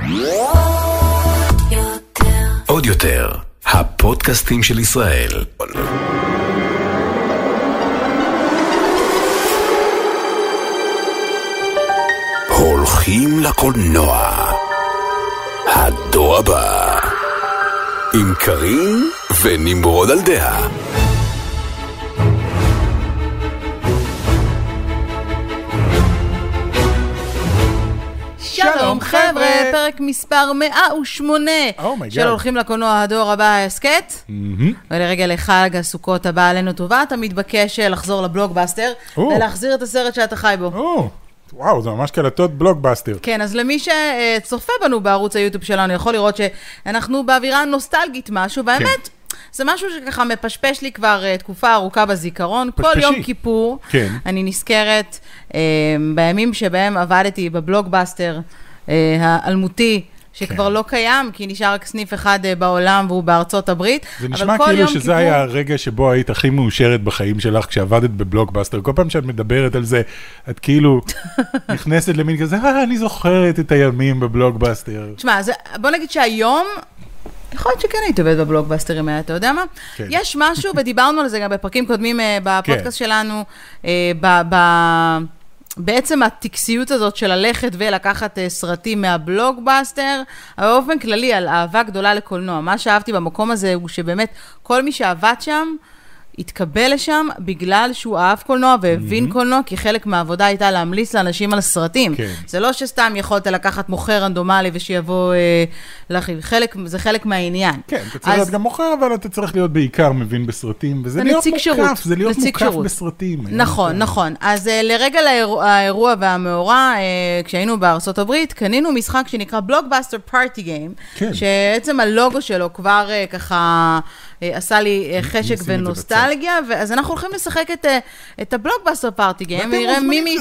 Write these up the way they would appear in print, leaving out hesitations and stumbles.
עוד יותר, הפודקאסטים של ישראל. הולכים לקולנוע. הדור הבא. עם קרין ונמרוד על דעה. שלום חבר'ה, פרק מספר 108 של הולכים לקולנוע הדור הבא ההסקט. ולרגע לחג הסוכות הבא עלינו טובה, אתה מתבקש לחזור לבלוגבאסטר ולהחזיר את הסרט שאתה חי בו. וואו, זה ממש קלטות בלוגבאסטר. כן, אז למי שצופה בנו בערוץ היוטיוב שלנו, יכול לראות שאנחנו באווירה נוסטלגית משהו, באמת, זה משהו שככה מפשפש לי כבר תקופה ארוכה בזיכרון. כל יום כיפור אני נזכרת בימים שבהם עבדתי בבלוגבאסטר האלמותי, שכבר לא קיים, כי נשאר רק סניף אחד בעולם, והוא בארצות הברית. זה נשמע כאילו שזה היה הרגע שבו היית הכי מאושרת בחיים שלך, כשעבדת בבלוגבאסטר. כל פעם שאת מדברת על זה, את כאילו נכנסת למין כזה, אני זוכרת את הימים בבלוגבאסטר. תשמע, בוא נגיד שהיום, יכול להיות שכן היית עובד בבלוגבאסטרים, אתה יודע מה? יש משהו, ודיברנו על זה גם בפרקים קודמים בפודקאסט שלנו, בעצם הטקסיות הזאת של ללכת ולקחת סרטים מהבלוגבאסטר, אבל באופן כללי על אהבה גדולה לקולנוע. מה שאהבתי במקום הזה הוא שבאמת כל מי שעבד שם, התקבל לשם בגלל שהוא אהב קולנוע והבין קולנוע, כי חלק מהעבודה הייתה להמליץ לאנשים על סרטים. זה לא שסתם יכולת לקחת מוכר רנדומלי ושיבוא להכיב. זה חלק מהעניין. כן, אתה צריך להיות גם מוכר, אבל אתה צריך להיות בעיקר מבין בסרטים, וזה להיות מוקף, זה להיות מוקף בסרטים. נכון, נכון. אז לרגע האירוע והמאורע, כשהיינו בארצות הברית, קנינו משחק שנקרא בלוגבאסטר פארטי גיים, שעצם הלוגו שלו כבר ככה עשה לי חשק ונוסטלגיה, אז אנחנו הולכים לשחק את הבלוגבאסטר פארטי גיים, ונראה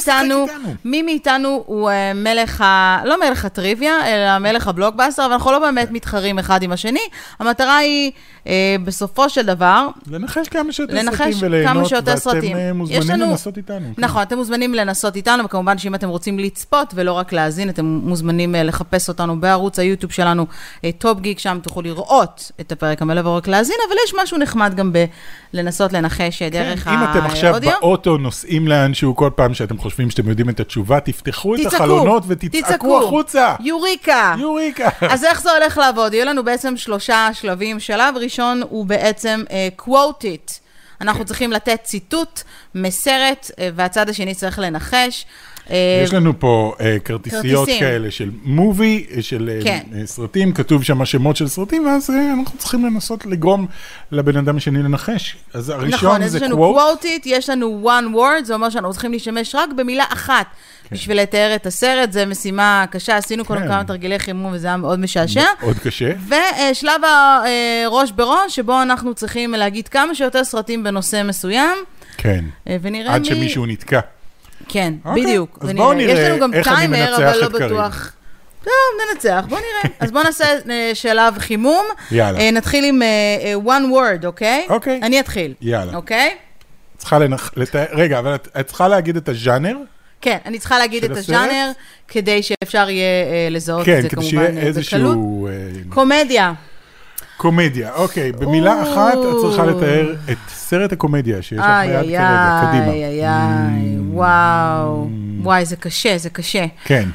מי מאיתנו הוא לא מלך הטריוויה, אלא מלך הבלוגבאסטר, אבל אנחנו לא באמת מתחרים אחד עם השני. המטרה היא בסופו של דבר לנחש כמה שיותר סרטים, ואתם מוזמנים לנסות איתנו. נכון, אתם מוזמנים לנסות איתנו, וכמובן שאם אתם רוצים לצפות ולא רק להאזין, אתם מוזמנים לחפש אותנו בערוץ היוטיוב שלנו, טופ גיק, שם תוכלו לראות את הפרק המלא ורק להאזין, אבל יש משהו נחמד גם לנסות לנחש דרך האודיו. אם אתם עכשיו באוטו נוסעים לאנשהו, כל פעם שאתם חושבים שאתם יודעים את התשובה, תפתחו את החלונות ותצעקו החוצה. יוריקה. אז איך זה הולך לעבוד? יהיו לנו בעצם 3 שלבים. שלב ראשון הוא בעצם quote it. אנחנו צריכים לתת ציטוט מסרט, והצד השני צריך לנחש. יש לנו פה כרטיסיות כאלה של מובי, של סרטים, כתוב שם השמות של סרטים, ואז אנחנו צריכים לנסות לגרום לבן אדם השני לנחש. אז הראשון זה quote it, יש לנו one word, זה אומר שאנחנו צריכים להשתמש רק במילה אחת, בשביל לתאר את הסרט. זה משימה קשה, עשינו כל כמה תרגילי חימום, וזה היה מאוד משעשע. מאוד קשה. ושלב הראש בראש, שבו אנחנו צריכים להגיד כמה שיותר סרטים בנושא מסוים. כן. עד שמישהו נתקע. כן, בדיוק. אז בואו נראה איך אני מנצח את קרין. טוב, ננצח, בואו נראה. אז בואו נעשה שלב חימום. יאללה. נתחיל עם one word, אוקיי? אוקיי. אני אתחיל. יאללה. אוקיי? רגע, אבל את צריכה להגיד את הז'אנר? כן, אני צריכה להגיד את הז'אנר, כדי שאפשר יהיה לזהות את זה כמובן בקלות. כן, כדי שיהיה איזשהו קומדיה. קומדיה, אוקיי. במילה אחת את צריכה לתאר את סרט הקומדיה שיש לך ביד כרגע. קדימה. וואו. וואי, זה קשה, זה קשה. כן.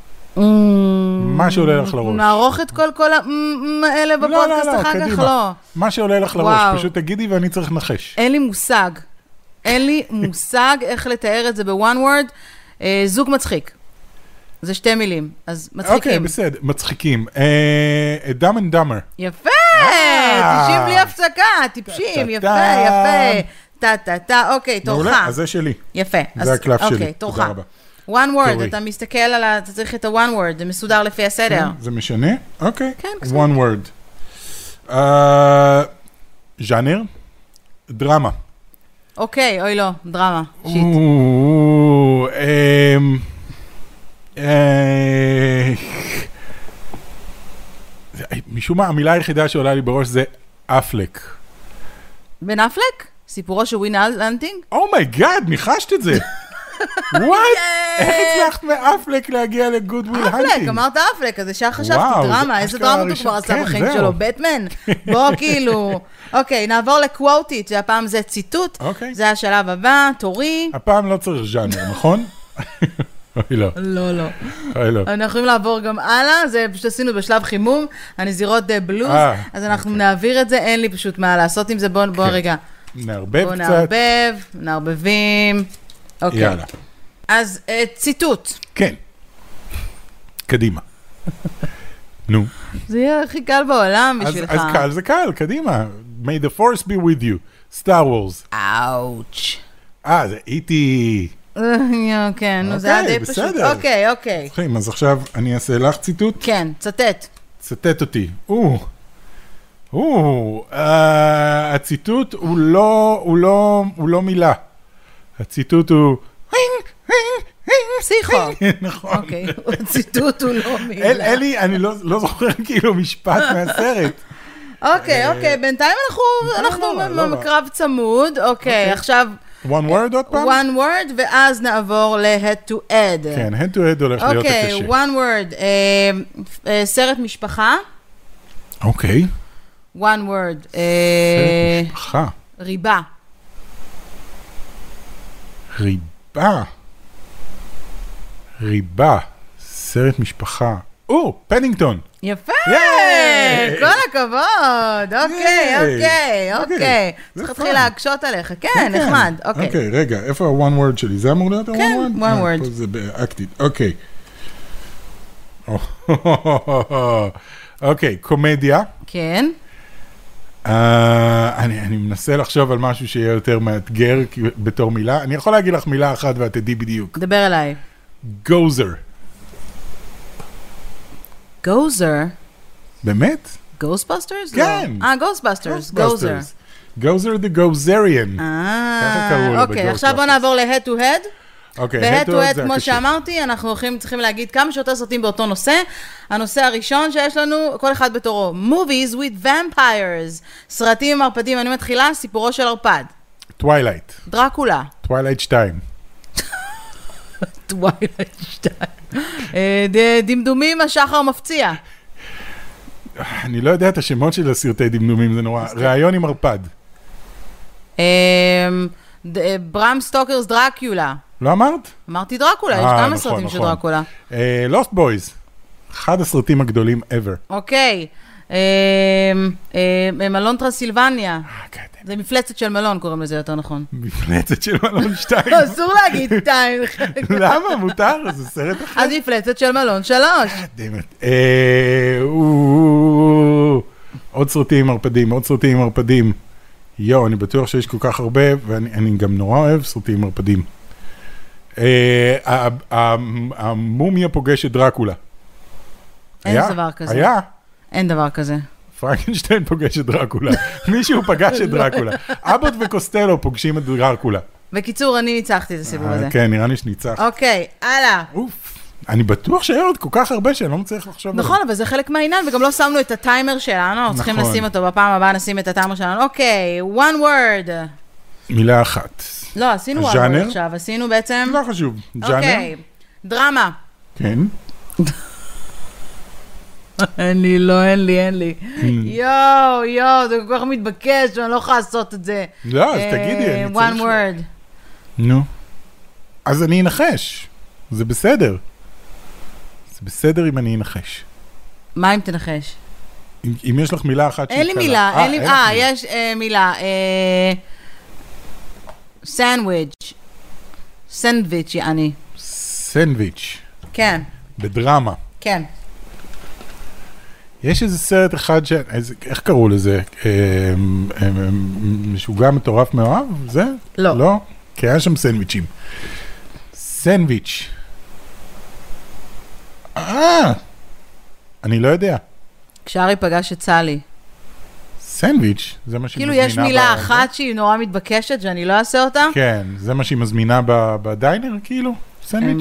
מה שעולה לך לראש. נערוך את כל האלה בפודקאסט אחר כך? לא. מה שעולה לך לראש, פשוט תגידי ואני צריך לנחש. אין לי מושג איך לתאר את זה בוואן וורד. זוג מצחיק. זה 2 מילים, אז מצחיקים. אוקיי, בסדר, מצחיקים. Dumb and Dumber. יפה! 90 בלי הפסקה, טיפשים, יפה. אוקיי, תורך. מעולה, אז זה שלי. יפה. זה הקלף שלי. אוקיי, תורך. one word, אתה מסתכל על אתה צריך את ה-one word, זה מסודר לפי הסדר. זה משנה? אוקיי. כן, one word. ז'אנר? דרמה. אוקיי, אוי לא, דרמה. שיט. משום מה, המילה היחידה שעולה לי בראש זה אפלק. בן אפלק? סיפורו של ווין לנטינג? אומייגאד, ניחשת את זה. וואט? איך הצלחת מאפלק להגיע לגוד וויל הנטינג? אפלק, אמרת אפלק, אז ישר חשבתי דרמה, איזה דרמה הוא כבר עשה בחיים שלו, בטמן? בוא כאילו... אוקיי, נעבור לקווטיט, הפעם זה ציטוט, זה השלב הבא, תורי. הפעם לא צריך ז'אנר, נכון? אוי לא. לא, לא. אוי לא. אנחנו יכולים לעבור גם הלאה, זה פשוט עשינו בשלב חימום, הנזירות בלוז, אז אנחנו נעביר את זה, אין לי פשוט מה לעשות עם זה, בוא רגע. נערבב קצת. בוא נערבב, נערבבים. אוקיי. יאללה. אז ציטוט. כן. קדימה. נו. זה יהיה הכי קל בעולם בשבילך. אז קל זה קל, קדימה. May the force be with you. Star Wars. אאוץ'. זה איטי. כן, זה היה די פשוט. אוקיי. אז עכשיו אני אעשה לך ציטוט? כן, צטט. צטט אותי. הציטוט הוא לא מילה. הציטוט הוא... פסיכו. נכון. אוקיי, הציטוט הוא לא מילה. אלי, אני לא זוכר כאילו משפט מהסרט. אוקיי, בינתיים אנחנו בקרב צמוד. אוקיי, עכשיו... one word עוד פעם? one word, ואז נעבור ל-head to head. כן, head to head הולך להיות הקשה. אוקיי, one word. סרט משפחה. אוקיי. one word. סרט משפחה. ריבה. ריבה. סרט משפחה. פנינגטון. יפה! כל הכבוד! אוקיי. צריך להתחיל להקשות עליך. כן, נחמד. אוקיי, רגע, איפה ה-one word שלי? זה אמור להיות ה-one word? כן, one word. פה זה באקטיב. אוקיי. אוקיי, קומדיה. כן. אני מנסה לחשוב על משהו שיהיה יותר מאתגר בתור מילה. אני יכול להגיד לך מילה אחת ואת תדעי בדיוק. דבר אליי. גוזר. גוזר? באמת? גוסטבאסטרס? כן. גוסטבאסטרס. גוזר. גוזר the גוזריאן. ככה קראו לו. אוקיי, עכשיו בוא נעבור ל-head to head. אוקיי, ב-head to head, כמו שאמרתי, אנחנו צריכים להגיד כמה שיותר סרטים באותו נושא. הנושא הראשון שיש לנו, כל אחד בתורו, movies with vampires. סרטים עם ערפדים, אני מתחילה, סיפורו של ערפד. טווילייט. דרקולה. טווילייט 2. טווילייט 2. דמדומים השחר מפציע. אני לא יודע את השמות של הסרטי דמדומים, זה נורא. ראיון עם ערפד. ברם סטוקרס דרקולה. לא אמרת? אמרתי דרקולה, יש כמה סרטים של דרקולה. לוסט בויז. אחד הסרטים הגדולים ever. אוקיי. מלון טרנסילבניה. זה מפלצת של מלון, קוראים לזה יותר נכון. מפלצת של מלון 2. אסור להגיד 2. למה? מותר, זה סרט אחר. אז מפלצת של מלון 3. עוד סרטים עם ערפדים. אני בטוח שיש כל כך הרבה, ואני גם נורא אוהב סרטים עם ערפדים. המומיה פוגש את דרקולה. אין דבר כזה. היה? אין דבר כזה. פרנקנשטיין פוגש את דרקולה. מישהו פגש את דרקולה. אבוט וקוסטלו פוגשים את דרקולה. בקיצור, אני ניצחתי את הסיבוב הזה. כן, נראה לי שניצחת. אוקיי, הלאה. אני בטוח שהיה עוד כל כך הרבה שאני לא מצליח לחשוב עליו. נכון, אבל זה חלק מהעניין, וגם לא שמנו את הטיימר שלנו, אנחנו צריכים לשים אותו בפעם הבאה, נשים את הטיימר שלנו. אוקיי, one word. מילה אחת. לא, עשינו one word עכשיו, עשינו בעצם... לא חשוב. אוקיי, דרמה. כן. אין לי. יואו, זה כל כך מתבקש, אני לא יכולה לעשות את זה. לא, אז תגידי. one word. נו. אז אני אנחש. זה בסדר. זה בסדר אם אני אנחש. מה אם תנחש? אם יש לך מילה אחת אין לי מילה, יש מילה. סנדוויץ', יעני. סנדוויץ'. כן. בדרמה. כן. יש איזה סרט אחד איך קראו לזה? משוגע מטורף מאוהב? זה? לא. לא? כי היה שם סנדוויצ'ים. סנדוויץ'. אני לא יודע. כשארי פגש את סלי. סנדוויץ', זה מה שהיא כאילו מזמינה. יש מילה אחת שהיא נורא מתבקשת, שאני לא אעשה אותה? כן, זה מה שהיא מזמינה בדיינר, כאילו? סנדוויץ'?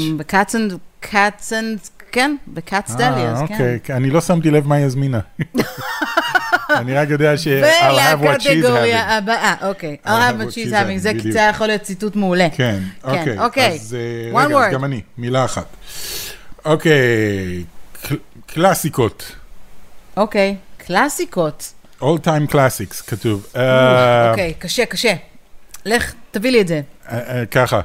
כן, בקאטס דליאז, כן. אוקיי, אני לא שמתי לב מה היא הזמינה. אני רק יודע ש- I'll have what she's ולקטגוריה הבאה, אוקיי. I'll have what she's having, זה יכול להיות ציטוט מעולה. כן, אוקיי. אז רגע, אז גם אני, מילה אחת. אוקיי, קלאסיקות. אוקיי, קלאסיקות. All time classics, כתוב. אוקיי, קשה. לך, תביא לי את זה. ככה.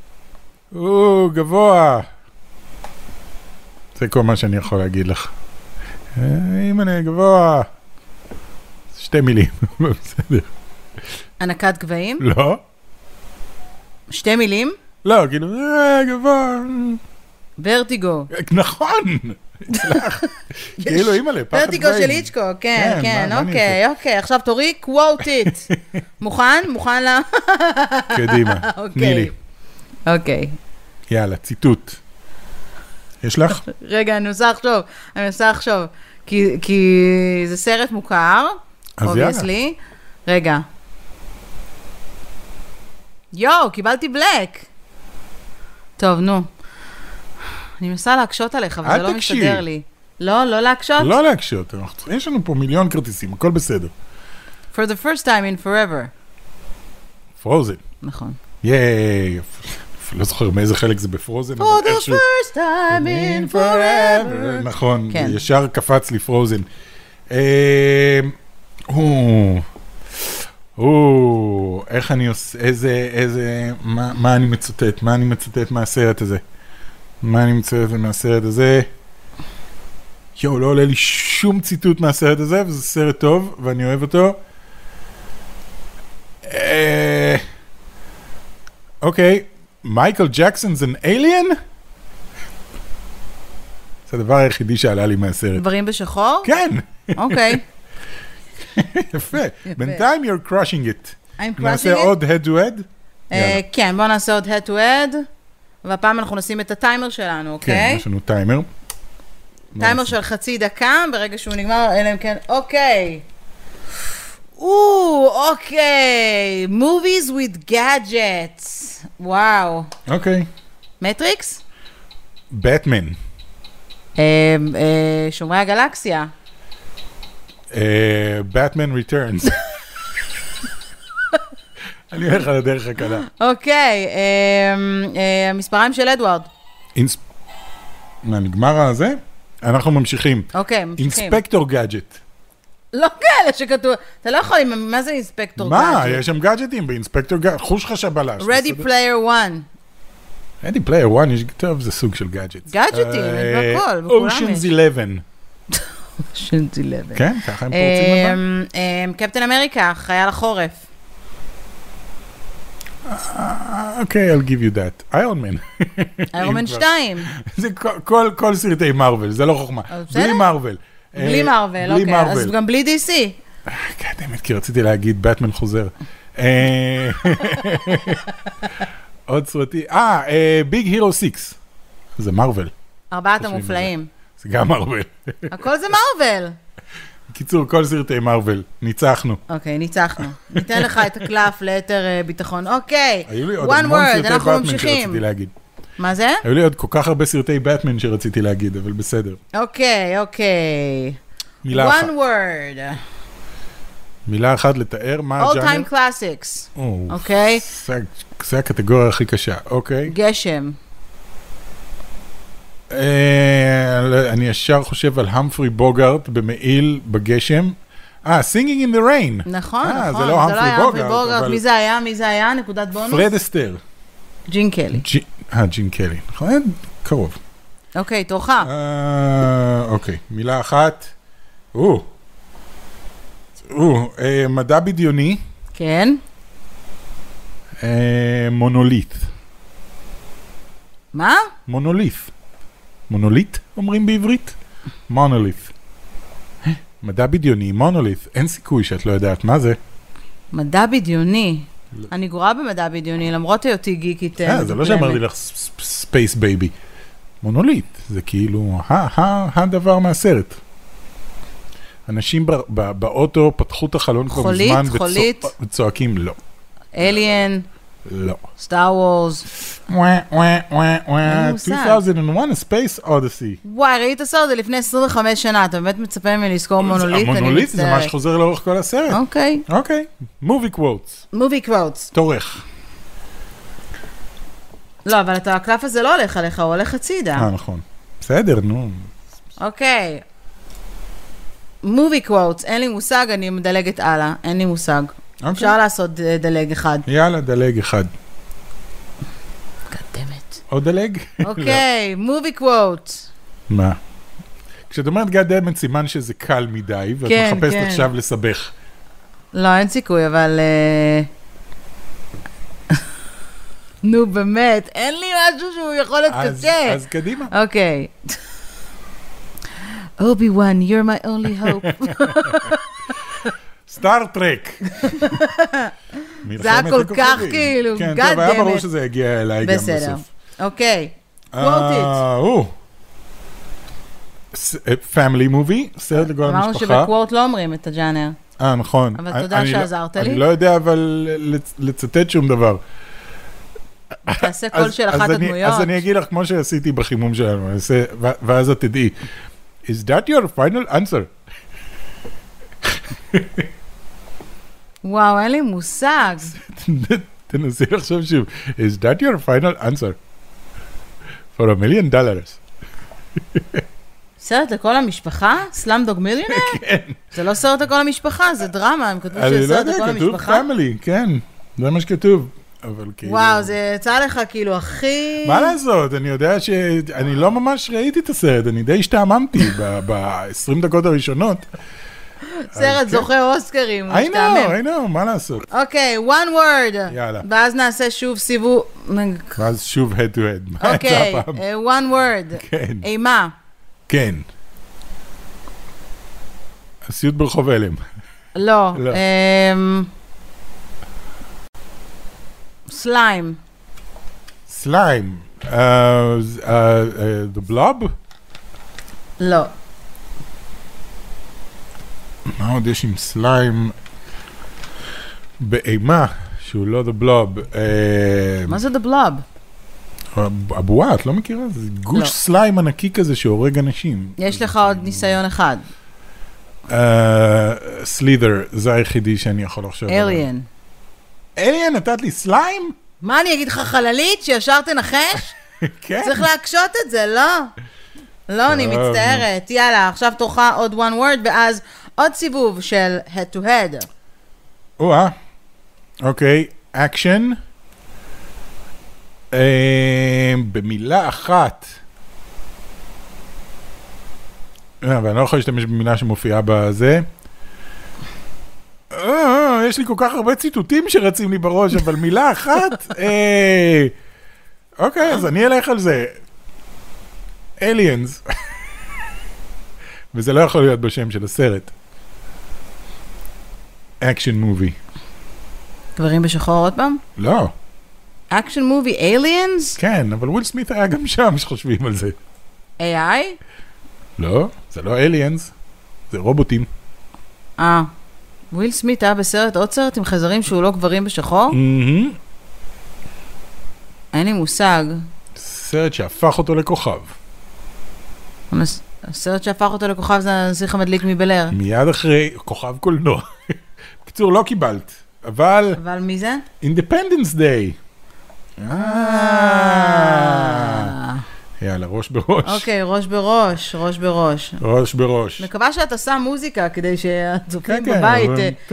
גבוה. זה כל מה שאני יכול להגיד לך. אם אני גבוה. 2 מילים, בסדר. ענקת גבהים? לא. 2 מילים? לא, כאילו, גבוה. ורטיגו. נכון. כאילו, אימא'לה, פחד גבהים. ורטיגו של איצ'קו, כן, אוקיי. עכשיו תורי, quote it. מוכן לה? קדימה, תני לי. אוקיי. יאללה, ציטוט. יש לך? רגע, אני מנסה לחשוב. כי זה סרט מוכר, obviously. רגע. קיבלתי בלק. טוב, נו. אני מנסה להקשות עליך, אבל זה לא מסתדר לי. לא להקשות? לא להקשות. יש לנו פה מיליון כרטיסים, הכל בסדר. For the first time in forever. פרוזן. נכון. ייי. לא זוכר מאיזה חלק זה בפרוזן. For the first time in forever. נכון, ישר קפץ לי פרוזן. איך אני עושה, מה אני מצטט מהסרט הזה? לא עולה לי שום ציטוט מהסרט הזה, וזה סרט טוב, ואני אוהב אותו. אוקיי, מייקל ג'קסון זה אלien? זה הדבר היחידי שעלה לי מהסרט. דברים בשחור? כן. אוקיי. יפה. בינתיים you're crushing it. I'm crushing it? נעשה עוד head to head? כן, בואו נעשה עוד head to head, והפעם אנחנו נשים את הטיימר שלנו, אוקיי? כן, יש לנו טיימר. טיימר של חצי דקה, ברגע שהוא נגמר, אלא אם כן, אוקיי. אוקיי. Movies with gadgets. וואו. אוקיי. מטריקס? בטמן. שומרי הגלקסיה. Batman Returns. אני הולך על הדרך הקלה. אוקיי, המספריים של אדוארד. נגמר הזה? אנחנו ממשיכים. אוקיי, ממשיכים. אינספקטור גאדג'ט. לא כאלה שכתוב, אתה לא יכול, מה זה אינספקטור גאדג'ט? מה? יש שם גאדג'טים באינספקטור גאדג'ט. חוש לך שבלש. Ready Player One. Ready Player One, טוב, זה סוג של גאדג'ט. גאדג'טים, יש בכל, בכולם יש. Ocean's 11. Ocean's 11. כן, ככה הם פורצים לבא. קפטן אמריקה, חייל החורף. אוקיי, I'll give you that. איירון מן. איירון מן 2. זה כל סרטי מרוול, זה לא חוכמה. בלי מרוול. בלי מרוול, אוקיי. אז גם בלי DC. קדמת, כי רציתי להגיד, באטמן חוזר. עוד סרטי. ביג הירו 6. זה מרוול. 4 המופלאים. זה גם מרוול. הכל זה מרוול. בקיצור, כל סרטי מרוול. ניצחנו. אוקיי, ניצחנו. ניתן לך את הקלף ליתר ביטחון. אוקיי. היו לי עוד המון סרטי באטמן שרציתי להגיד. מה זה? היו לי עוד כל כך הרבה סרטי באטמן שרציתי להגיד, אבל בסדר. אוקיי. מילה אחת. One word. מילה אחת לתאר מה הג'אנר? All time classics. אוקיי. זה הקטגוריה הכי קשה. אוקיי. גשם. אני ישר חושב על המפרי בוגארט במעיל בגשם. Singing in the Rain. נכון. זה לא המפרי בוגארט. מי זה היה? נקודת בונוס? פרד אסטר. ג'ין קלי. ג'ין קלי. נכון? קרוב. אוקיי, תורך. אוקיי, מילה אחת. מדע בדיוני. כן. מונוליט. מה? מונוליט אומרים בעברית? מונוליט. מדע בדיוני, מונוליט. אין סיכוי שאת לא יודעת מה זה. מדע בדיוני. אני גרועה במדע בדיוני, למרות היותי גיקית. זה לא שאמרתי לך ספייס בייבי. מונוליט, זה כאילו הדבר מהסרט. אנשים באוטו פתחו את החלון כבר מזמן וצועקים לא. אליין. לא. סטאר וורס. 2001, A Space Odyssey. וואי, ראית הסרט הזה לפני 25 שנה, אתה באמת מצפה ממני לזכור מונוליט? המונוליט זה מה שחוזר לאורך כל הסרט. אוקיי. אוקיי. מובי קוואטס. מובי קוואטס. תורך. לא, אבל הקלף הזה לא הולך עליך, הוא הולך הצידה. נכון. בסדר, נו. אוקיי. מובי קוואטס, אין לי מושג, אני מדלגת הלאה, אין לי מושג. אפשר לעשות דלג אחד. יאללה, דלג אחד. גדמת. עוד דלג? אוקיי, מובי קוואטס. מה? כשאת אומרת גדמת, סימן שזה קל מדי, ואת מחפשת עכשיו לסבך. לא, אין סיכוי, אבל... נו, באמת, אין לי משהו שהוא יכול להיות קשה. אז קדימה. אוקיי. Obi-Wan, you're my only hope. סטאר טרק. זה היה כל כך כאילו, כן, טוב, היה ברור שזה יגיע אליי גם בסוף. בסדר. אוקיי. quote it. Family movie, סרט לגול המשפחה. אמרנו שבקוורט לא אומרים את הג'אנר. נכון. אבל תודה שעזרת לי. אני לא יודע אבל לצטט שום דבר. תעשה קול של אחת הדמויות. אז אני אגיד לך כמו שעשיתי בחימום שלנו, ואז את תדעי. Is that your final answer? וואו, אין לי מושג. תנסי לחשוב שוב. Is that your final answer? For $1,000,000. סרט לכל המשפחה? סלאמדוג מיליונר? כן. זה לא סרט לכל המשפחה, זה דרמה, הם כתבו שזה סרט לכל המשפחה. כתוב פאמילי, כן. זה מה שכתוב. וואו, זה יצא לך כאילו הכי... מה לעשות? אני יודע שאני לא ממש ראיתי את הסרט, אני די השתעממתי ב-20 דקות הראשונות. סרט זוכה אוסקרים, הוא I משתעמם. know, מה לעשות? אוקיי, one word. יאללה. ואז נעשה שוב סיבוב... ואז שוב head to head. אוקיי, one word. כן. אימה. כן. הסיוט ברחוב אלם. לא. סליים. סליים. The Blob? לא. מה עוד יש עם סליים באימה, שהוא לא The Blob? מה זה The Blob? הבועה, את לא מכירה? זה גוש סליים ענקי כזה שהורג אנשים. יש לך עוד ניסיון אחד. סלית'ר, זה היחידי שאני יכול לחשוב. אליאן. אליאן, נתת לי סליים? מה אני אגיד לך חללית שישר תנחש? כן. צריך להקשות את זה, לא? לא, אני מצטערת. יאללה, עכשיו תורך עוד one word, ואז עוד סיבוב של head to head. אוקיי, אקשן. במילה אחת. ואני לא יכול להשתמש במילה שמופיעה בזה. יש לי כל כך הרבה ציטוטים שרצים לי בראש, אבל מילה אחת. אוקיי, אז אני אלך על זה. Aliens. וזה לא יכול להיות בשם של הסרט. אקשן מובי. גברים בשחור עוד פעם? לא. אקשן מובי Aliens? כן, אבל וויל סמית היה גם שם שחושבים על זה. AI? לא, זה לא Aliens. זה רובוטים. וויל סמית היה בסרט, עוד סרט עם חזרים שהוא לא גברים בשחור? אין לי מושג. סרט שהפך אותו לכוכב. הסרט שהפך אותו לכוכב זה הנסיך המדליק מבלר. מיד אחרי כוכב קולנוע. בקיצור, לא קיבלת, אבל... אבל מי זה? Independence Day. יאללה, ראש בראש. אוקיי, ראש בראש, ראש בראש. ראש בראש. מקווה שאתה שם מוזיקה כדי שהצופים בבית...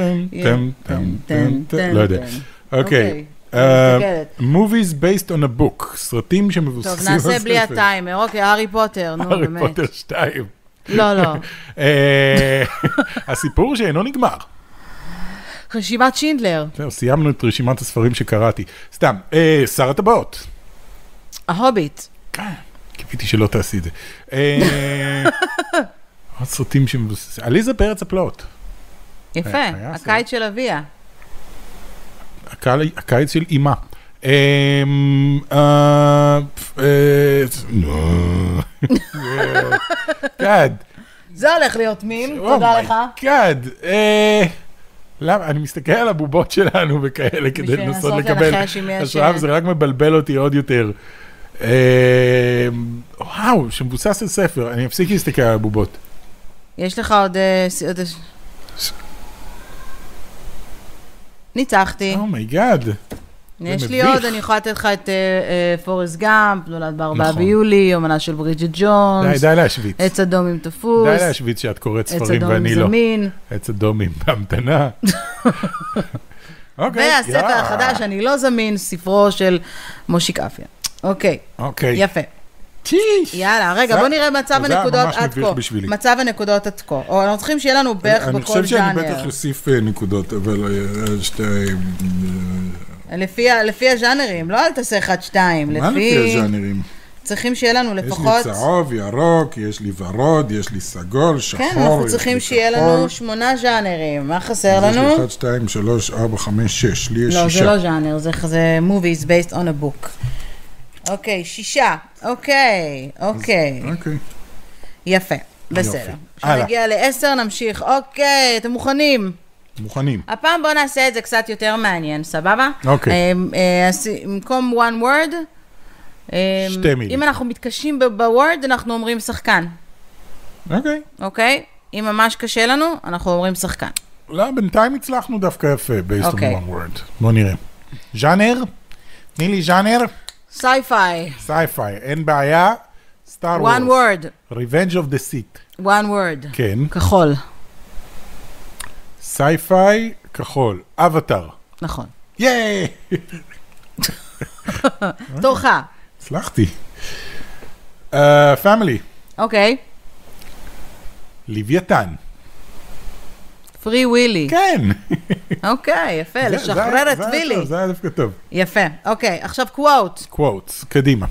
לא יודע. אוקיי. movies based on a book. סרטים שמבוססים על ספר. טוב, נעשה בלי הטיימר. אוקיי, הארי פוטר, נו באמת. הארי פוטר 2. לא, לא. הסיפור שאינו נגמר. רשימת שינדלר. סיימנו את רשימת הספרים שקראתי. סתם, שר הטבעות. ההוביט. כן, קיוויתי שלא תעשי את זה. עוד סרטים שמבוססים. עליזה בארץ הפלאות. יפה, הקיץ של אביה. הקיץ של אימה. גד. זה הולך להיות מים, תודה לך. גד. למה? אני מסתכל על הבובות שלנו וכאלה, כדי לנסות לקבל השראה, וזה רק מבלבל אותי עוד יותר. וואו, שמבוסס על ספר, אני אפסיק להסתכל על הבובות. יש לך עוד... ניצחתי. אומייגאד. יש לי עוד, אני יכולה לתת לך את פורסט גאמפ, נולד ב4 ביולי, אומנה של ברידג'ט ג'ונס. די להשוויץ. עץ אדום עם תפוס. די להשוויץ שאת קוראת ספרים ואני לא. עץ אדום עם בהמתנה. והספר החדש, אני לא זמין, ספרו של מושיק אפיה. אוקיי. יפה. יאללה, רגע, בוא נראה מצב הנקודות עד כה. מצב הנקודות עד כה. אנחנו צריכים שיהיה לנו בערך בכל ז'אנר. אני חושב שאני בטח אוסיף נקודות, אבל שתי... לפי הז'אנרים, לא אל תעשה 1-2. מה לפי הז'אנרים? צריכים שיהיה לנו לפחות... יש לי צהוב, ירוק, יש לי ורוד, יש לי סגול, שחור. כן, אנחנו צריכים שיהיה לנו 8 ז'אנרים. מה חסר לנו? יש לי 1, 2, 3, 4, 5, 6. לי יש 6. לא, זה לא ז'אנר, זה movies based on a book. אוקיי, 6. אוקיי. יפה, בסדר. כשנגיע ל10 נמשיך. אוקיי, אתם מוכנים? מוכנים. הפעם בואו נעשה את זה קצת יותר מעניין, סבבה? אוקיי. במקום one word, 2 מילים. אם אנחנו מתקשים בוורד, אנחנו אומרים שחקן. אוקיי? אם ממש קשה לנו, אנחנו אומרים שחקן. לא, בינתיים הצלחנו דווקא יפה, based on one word. בואו נראה. ז'אנר? תני לי ז'אנר. סייפיי. סייפיי, אין בעיה. סטאר וורס. one word. Revenge of the Sith. one word. כן. כחול. סייפיי, כחול. אבטר. נכון. ייי! תורך. הצלחתי. פאמילי. אוקיי. לוויתן. פרי ווילי. כן. אוקיי, יפה, לשחרר את ווילי. זה היה דווקא טוב. יפה, אוקיי, עכשיו קוואט. קוואטס, קדימה.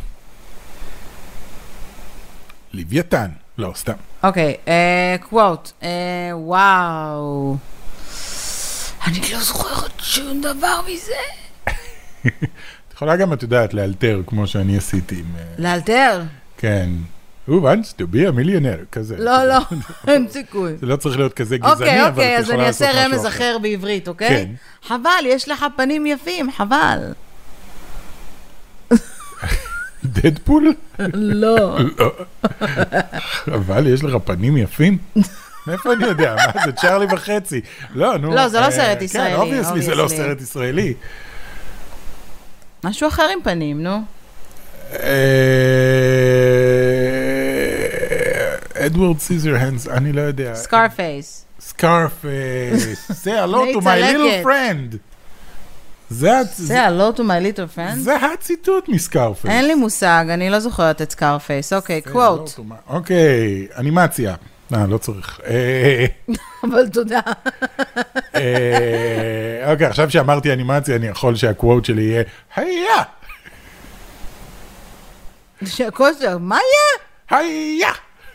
לוויתן. לא, סתם. אוקיי, קוואט. וואו. אני לא זוכרת שום דבר מזה. את יכולה גם, את יודעת, לאלתר, כמו שאני עשיתי. לאלתר? כן. Who wants to be a millionaire? כזה. לא, אין סיכוי. זה לא צריך להיות כזה גזעני, אבל את יכולה לעשות משהו אחר. אוקיי, אז אני אעשה רמז אחר בעברית, אוקיי? כן. חבל, יש לך פנים יפים, חבל. דדפול? לא. אבל יש לך פנים יפים? מאיפה אני יודע? מה זה? צ'רלי וחצי. לא, נו. לא, זה לא סרט ישראלי. כן, אובייסלי זה לא סרט ישראלי. משהו אחר עם פנים, נו. אדוארד סיזרהנדס, אני לא יודע. סקארפייס. סקארפייס. Say hello to my little friend. Say hello to my little friend? זה הציטוט מסקארפייס. אין לי מושג, אני לא זוכרת את סקארפייס. אוקיי, קוואט. אוקיי, אנימציה. לא צריך. אבל תודה. אוקיי, עכשיו שאמרתי אנימציה, אני יכול שהקוואט שלי יהיה, היה! שהקוואט שלי, מה יהיה? היה!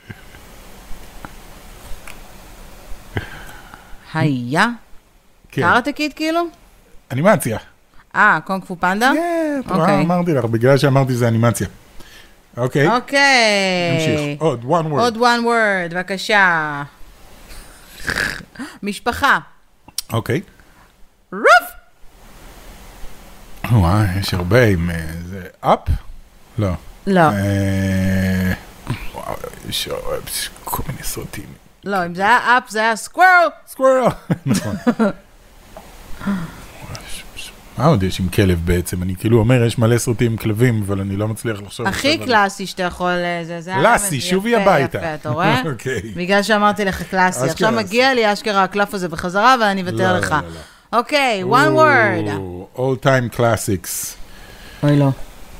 היה? קארטה-קיד כאילו? אנימציה. קונג פו פנדה? כן, אמרתי לך, בגלל שאמרתי זה אנימציה. אוקיי. נמשיך. עוד one word. עוד one word, בבקשה. משפחה. אוקיי. רוף! וואי, יש הרבה עם זה. אפ? לא. לא. וואו, יש כל מיני סרטים. לא, אם זה היה אפ, זה היה סקוורל. סקוורל. נכון. מה עוד יש עם כלב בעצם? אני כאילו אומר, יש מלא סרטים עם כלבים, אבל אני לא מצליח לחשוב. הכי קלאסי שאתה יכול, זה קלאסי, שובי הביתה. יפה, אתה רואה? אוקיי. בגלל שאמרתי לך קלאסי. עכשיו מגיע לי אשכרה הקלף הזה בחזרה, ואני אוותר לך. אוקיי, one word. All time classics. אוי לא.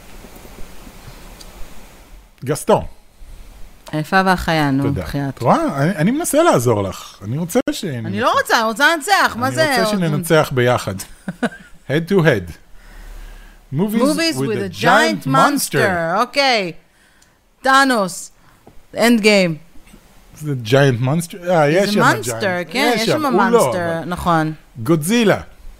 גסטון. היפה והחיה, נו, בחיית. את רואה? אני מנסה לעזור לך. אני רוצה אני לא רוצה, אני רוצה לנצח. מה זה? אני רוצה שננצח ביחד. Head to head. Movies with a giant monster. אוקיי. טאנוס. End game. זה giant monster? יש שם giant. זה מונסטר, כן, יש שם מונסטר, נכון. גודזילה.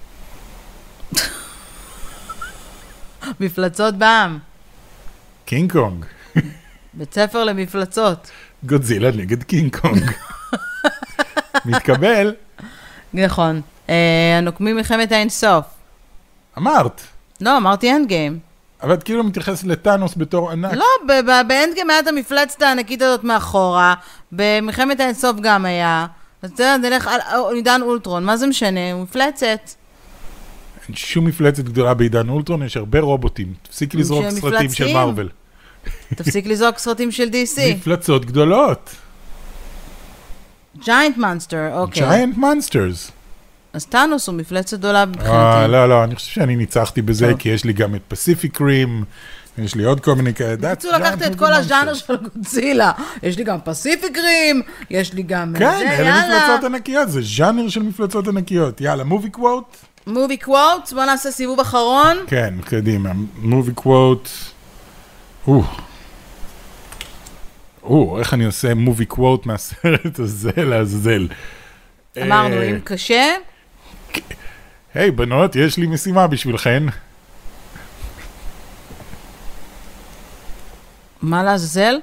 מפלצות בעם. קינג קונג. בית ספר למפלצות. גודזילה נגד קינג קונג. מתקבל. נכון. הנוקמים מלחמת האינסוף. אמרת. לא, אמרתי אנד גיים. אבל את כאילו מתייחס לטאנוס בתור ענק. לא, באנד גיים היה את המפלצת הענקית הזאת מאחורה, במלחמת האינסוף גם היה. אז נלך על עידן אולטרון, מה זה משנה? הוא מפלצת. אין שום מפלצת גדולה בעידן אולטרון, יש הרבה רובוטים. תפסיק לזרוק סרטים של מרוול. תפסיק לזרוק סרטים של DC. מפלצות גדולות. ג'יינט מונסטר, אוקיי. ג'יינט מונסטרס. אז טאנוס הוא מפלצת גדולה מבחינתי. לא, אני חושב שאני ניצחתי בזה, כי יש לי גם את פסיפיק רים, יש לי עוד כל מיני כאלה. בקיצור, לקחת את כל הז'אנר של גודזילה. יש לי גם פסיפיק רים, יש לי גם זה, יאללה. כן, אלה מפלצות ענקיות, זה ז'אנר של מפלצות ענקיות. יאללה, מובי קווט? מובי קווט, בוא נעשה סיבוב אחרון. כן, קדימה, מובי קווט. איך אני עושה מובי קווט מהסרט הזה לעזאזל. אמרנו, אם קשה. היי, בנות, יש לי משימה בשבילכן. מה לעזאזל?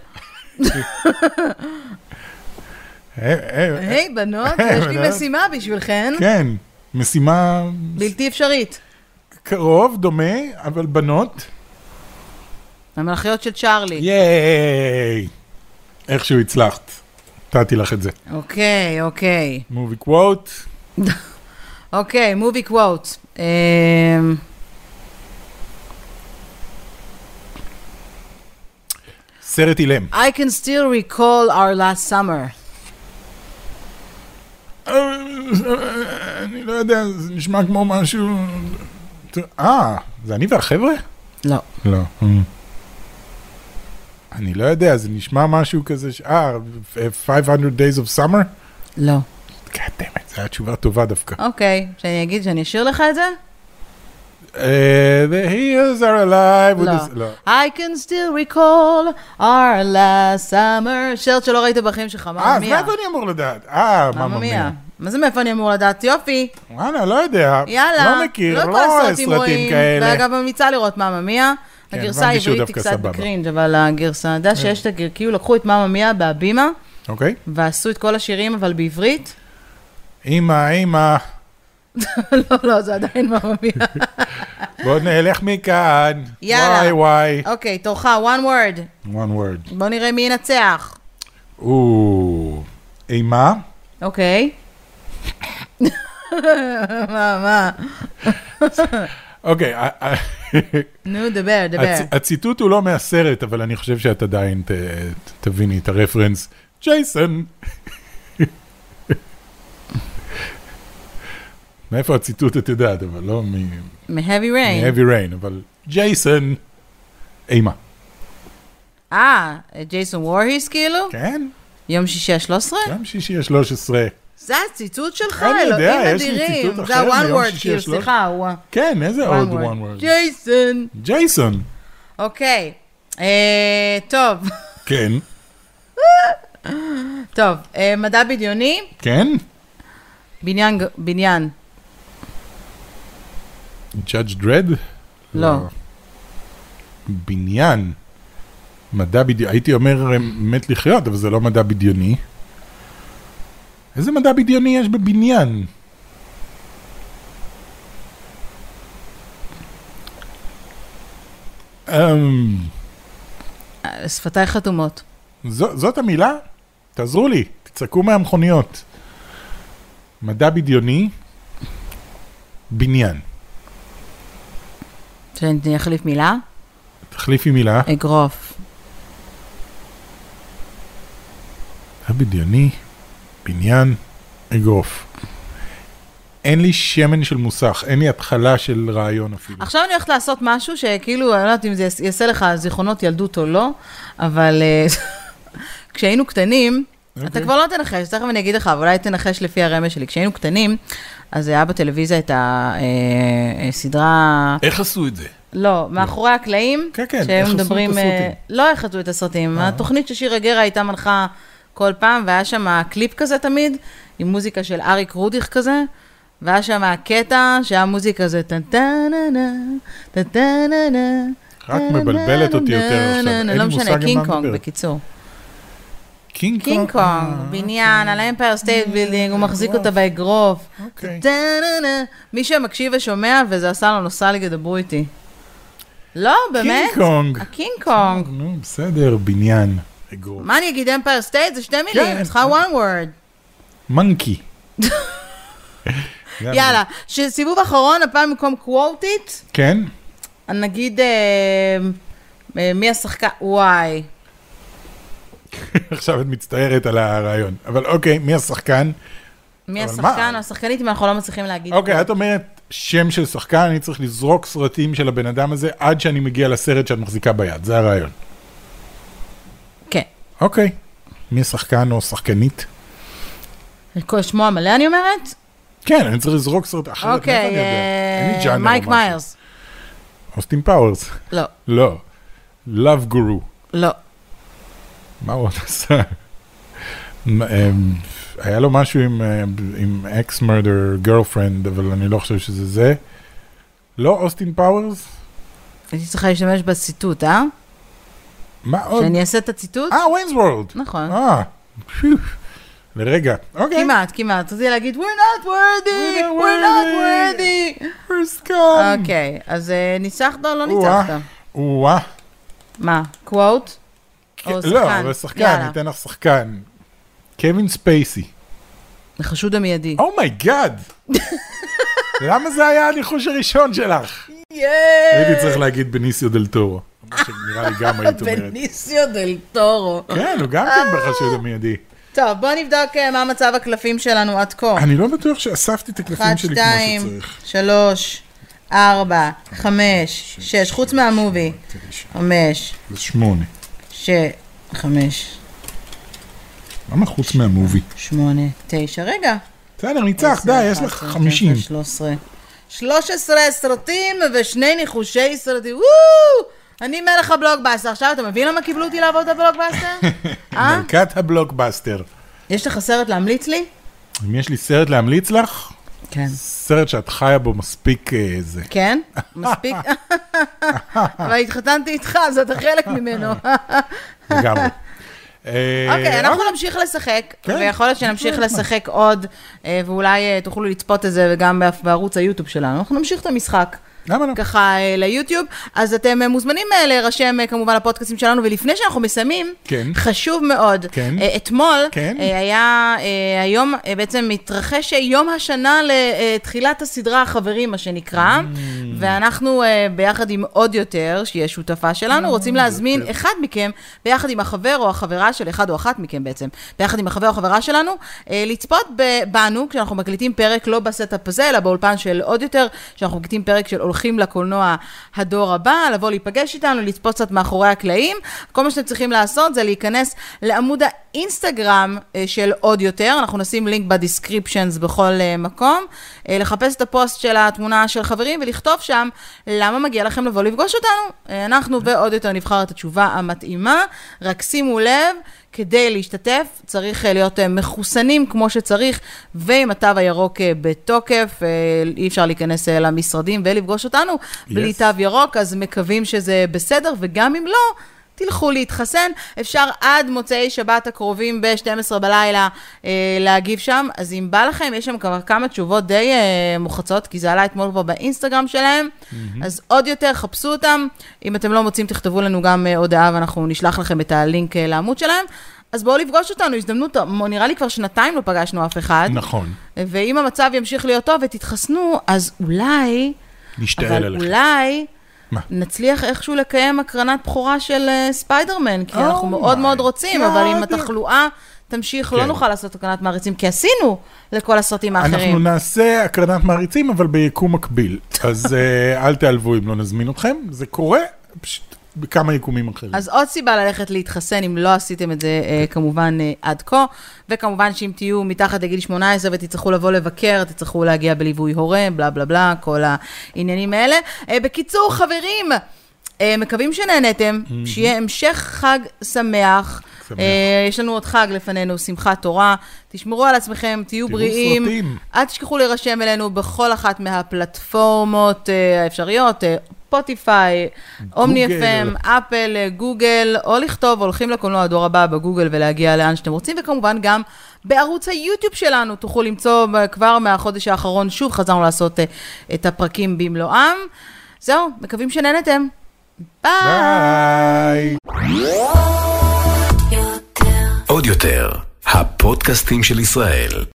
היי, בנות, יש לי משימה בשבילכן. כן, משימה... בלתי אפשרית. קרוב, דומה, אבל בנות. המלאכיות של צ'ארלי. ייי! איכשהו הצלחת. נתתי לך את זה. אוקיי. מובי קווט. אוקיי, מובי קווט. סרט אילם. I can still recall our last summer. אני לא יודע, זה נשמע כמו משהו... זה אני והחבר'ה? לא. לא. אני לא יודע, זה נשמע משהו כזה... 500 Days of Summer? לא. קדמת, זו הייתה תשובה טובה דווקא. אוקיי, שאני אגיד שאני אשאיר לך את זה? The heels are alive. לא. I can still recall our last summer. שרט שלא ראית בחיים שלך, מאמא מיה. אז מאיפה אני אמור לדעת? מאמא מיה. מה זה מאיפה אני אמור לדעת? יופי. וואלה, לא יודע. יאללה. לא מכיר, לא לא כל הסרטים סרטים רואים. כאלה. ואגב, ממליצה לראות מאמא מיה. הגרסה העברית היא קצת בקרינג', אבל הגרסה, אתה יודע שיש את הגרסה, כאילו לקחו את מאמא מיה בהבימה, אוקיי. ועשו את כל השירים, אבל בעברית. אמא. לא, זה עדיין מאמא מיה. בוא נלך מכאן. יאללה. וואי. אוקיי, תורך, one word. one word. בוא נראה מי ינצח. אימה. אוקיי. מה? אוקיי. נו, דבר. הציטוט הוא לא מהסרט, אבל אני חושב שאת עדיין תביני את הרפרנס. ג'ייסון. מאיפה הציטוט את יודעת, אבל לא מ-Heavy Rain. מ-Heavy Rain, אבל ג'ייסון. אימה. ג'ייסון וורהיס כאילו? כן. יום שישי ה-13? יום שישי ה-13. זה הציטוט שלך, אני יודע, אלוהים יש לי אדירים. ציטוט זה אחר ה-one מיום word, שישי כאילו, ה-13. סליחה. כן, איזה עוד one word? ג'ייסון. ג'ייסון. אוקיי. טוב. כן. טוב, מדע בדיוני. כן. בניין. Judge Dredd? לא. בניין. מדע בדיוני. הייתי אומר מת לחיות, אבל זה לא מדע בדיוני. איזה מדע בדיוני יש בבניין? שפתיי חתומות. זאת המילה? תעזרו לי, תצעקו מהמכוניות. מדע בדיוני, בניין. שאני אחליף מילה? תחליפי מילה. אגרוף. מדע בדיוני, בניין, אגרוף. אין לי שמן של מוסך, אין לי התחלה של רעיון אפילו. עכשיו אני הולכת לעשות משהו שכאילו, אני לא יודעת אם זה יעשה לך זיכרונות ילדות או לא, אבל כשהיינו קטנים, אתה כבר לא תנחש, תכף אני אגיד לך, אבל אולי תנחש לפי הרמז שלי. כשהיינו קטנים, אז היה בטלוויזיה את הסדרה... איך עשו את זה? לא, מאחורי הקלעים, כן, איך שהם עשו את הסרטים? לא איך עשו את הסרטים, התוכנית ששירה גרה הייתה מנחה כל פעם, והיה שם קליפ כזה תמיד, עם מוזיקה של אריק רודיך כזה, והיה שם הקטע שהיה מוזיקה כזה, רק מבלבלת אותי יותר עכשיו, אין לי לא מושג משנה, עם קינג מה קונג, מדבר. בקיצור. קינג קונג, בניין, על האמפייר סטייט בילדינג, הוא מחזיק אותה באגרוף. מי שמקשיב ושומע, וזה עשה לו נוסטלגיה, דברו איתי. לא, באמת? קינג קונג. הקינג קונג. נו, בסדר, בניין, אגרוף. מה אני אגיד, אמפייר סטייט? זה 2 מילים, אני צריכה one word. מנקי. יאללה, סיבוב אחרון, הפעם במקום קוואטית. כן. נגיד, מי השחקן? וואי. עכשיו את מצטערת על הרעיון. אבל אוקיי, מי השחקן? מי השחקן או השחקנית, אם אנחנו לא מצליחים להגיד. אוקיי, את אומרת שם של שחקן, אני צריך לזרוק סרטים של הבן אדם הזה, עד שאני מגיע לסרט שאת מחזיקה ביד. זה הרעיון. כן. אוקיי. מי השחקן או שחקנית? שמו המלא, אני אומרת? כן, אני צריך לזרוק סרט אחרת. אוקיי, מייק מיירס. אוסטין פאוורס. לא. לא. Love Guru. לא. מה הוא עוד עשה? היה לו משהו עם ex-murder girlfriend, אבל אני לא חושב שזה זה. לא אוסטין פאוורס? הייתי צריכה להשתמש בציטוט, אה? מה עוד? שאני אעשה את הציטוט? וויינס וורלד. נכון. לרגע, אוקיי. כמעט. רציתי להגיד, we're not worthy. We're scum. אוקיי, אז ניצחת או לא ניצחת? מה, קוואט? לא, אבל שחקן, ניתן לך שחקן. קווין ספייסי. החשוד המיידי. אומייגאד! למה זה היה הניחוש הראשון שלך? הייתי צריך להגיד בניסיו דל טורו. מה שנראה לי גם היית אומרת. בניסיו דל טורו. כן, הוא גם כן בחשוד המיידי. טוב, בוא נבדוק מה מצב הקלפים שלנו עד כה. אני לא בטוח שאספתי את הקלפים שלי כמו שצריך. 1, 2, 3, 4, 5, 6, חוץ מהמובי. 5. זה 8. 5. למה חוץ מהמובי? 8, 9, רגע. בסדר, ניצח, די, יש לך 50. 13 סרטים ושני ניחושי סרטים. אני מלך הבלוקבאסטר. עכשיו אתה מבין למה קיבלו אותי לעבוד בבלוקבאסטר? מלכת הבלוקבאסטר. יש לך סרט להמליץ לי? אם יש לי סרט להמליץ לך? כן. סרט שאת חיה בו מספיק זה. כן? מספיק? אבל התחתנתי איתך, אז אתה חלק ממנו. לגמרי. אוקיי, אנחנו נמשיך לשחק, ויכול להיות שנמשיך לשחק עוד, ואולי תוכלו לצפות את זה, וגם בערוץ היוטיוב שלנו. אנחנו נמשיך את המשחק. למה לא? ככה ליוטיוב, אז אתם מוזמנים להירשם כמובן לפודקאסטים שלנו, ולפני שאנחנו מסיימים, חשוב מאוד, אתמול היה היום, בעצם מתרחש יום השנה לתחילת הסדרה החברים, מה שנקרא, ואנחנו ביחד עם עוד יותר, שהיא השותפה שלנו, רוצים להזמין אחד מכם, ביחד עם החבר או החברה של אחד או אחת מכם בעצם, ביחד עם החבר או החברה שלנו, לצפות בנו, כשאנחנו מקליטים פרק לא בסטאפ הזה, אלא באולפן של עוד יותר, שאנחנו מקליטים פרק של הולכים לקולנוע הדור הבא, לבוא להיפגש איתנו, לצפות קצת מאחורי הקלעים. כל מה שאתם צריכים לעשות זה להיכנס לעמוד האינסטגרם של עוד יותר, אנחנו נשים לינק בדיסקריפשנס בכל מקום, לחפש את הפוסט של התמונה של חברים ולכתוב שם למה מגיע לכם לבוא לפגוש אותנו. אנחנו ועוד יותר נבחר את התשובה המתאימה, רק שימו לב, כדי להשתתף צריך להיות מחוסנים כמו שצריך, ועם התו הירוק בתוקף, אי אפשר להיכנס למשרדים ולפגוש אותנו, בלי תו ירוק, אז מקווים שזה בסדר, וגם אם לא, תלכו להתחסן, אפשר עד מוצאי שבת הקרובים ב-12 בלילה להגיב שם, אז אם בא לכם, יש שם כבר כמה תשובות די מוחצות, כי זה עלה אתמול פה באינסטגרם שלהם, אז עוד יותר חפשו אותם, אם אתם לא מוצאים תכתבו לנו גם הודעה, ואנחנו נשלח לכם את הלינק לעמוד שלהם, אז בואו לפגוש אותנו, הזדמנות, נראה לי כבר 2 לא פגשנו אף אחד. נכון. ואם המצב ימשיך להיות טוב ותתחסנו, אז אולי, נשתעל עליכם. אולי, נצליח איכשהו לקיים הקרנת בחורה של ספיידרמן, כי אנחנו מאוד מאוד רוצים, אבל אם התחלואה תמשיך, לא נוכל לעשות הקרנת מעריצים, כי עשינו לכל הסרטים האחרים. אנחנו נעשה הקרנת מעריצים, אבל ביקום מקביל. אז אל תעלבו אם לא נזמין אתכם, זה קורה פשוט בכמה יקומים אחרים. אז עוד סיבה ללכת להתחסן, אם לא עשיתם את זה כמובן עד כה, וכמובן שאם תהיו מתחת לגיל 18 ותצטרכו לבוא לבקר, תצטרכו להגיע בליווי הורה, בלה בלה בלה, כל העניינים האלה. בקיצור, חברים, מקווים שנהנתם, שיהיה המשך חג שמח, יש לנו עוד חג לפנינו, שמחת תורה. תשמרו על עצמכם, תהיו בריאים. אל תשכחו להירשם אלינו בכל אחת מהפלטפורמות האפשריות, ספוטיפיי, אומני FM, אפל, גוגל, או לכתוב, הולכים לקולנוע הדור הבא בגוגל ולהגיע לאן שאתם רוצים, וכמובן גם בערוץ היוטיוב שלנו תוכלו למצוא כבר מהחודש האחרון, שוב חזרנו לעשות את הפרקים במלואם. זהו, מקווים שנהנתם. ביי! עוד יותר, הפודקאסטים של ישראל.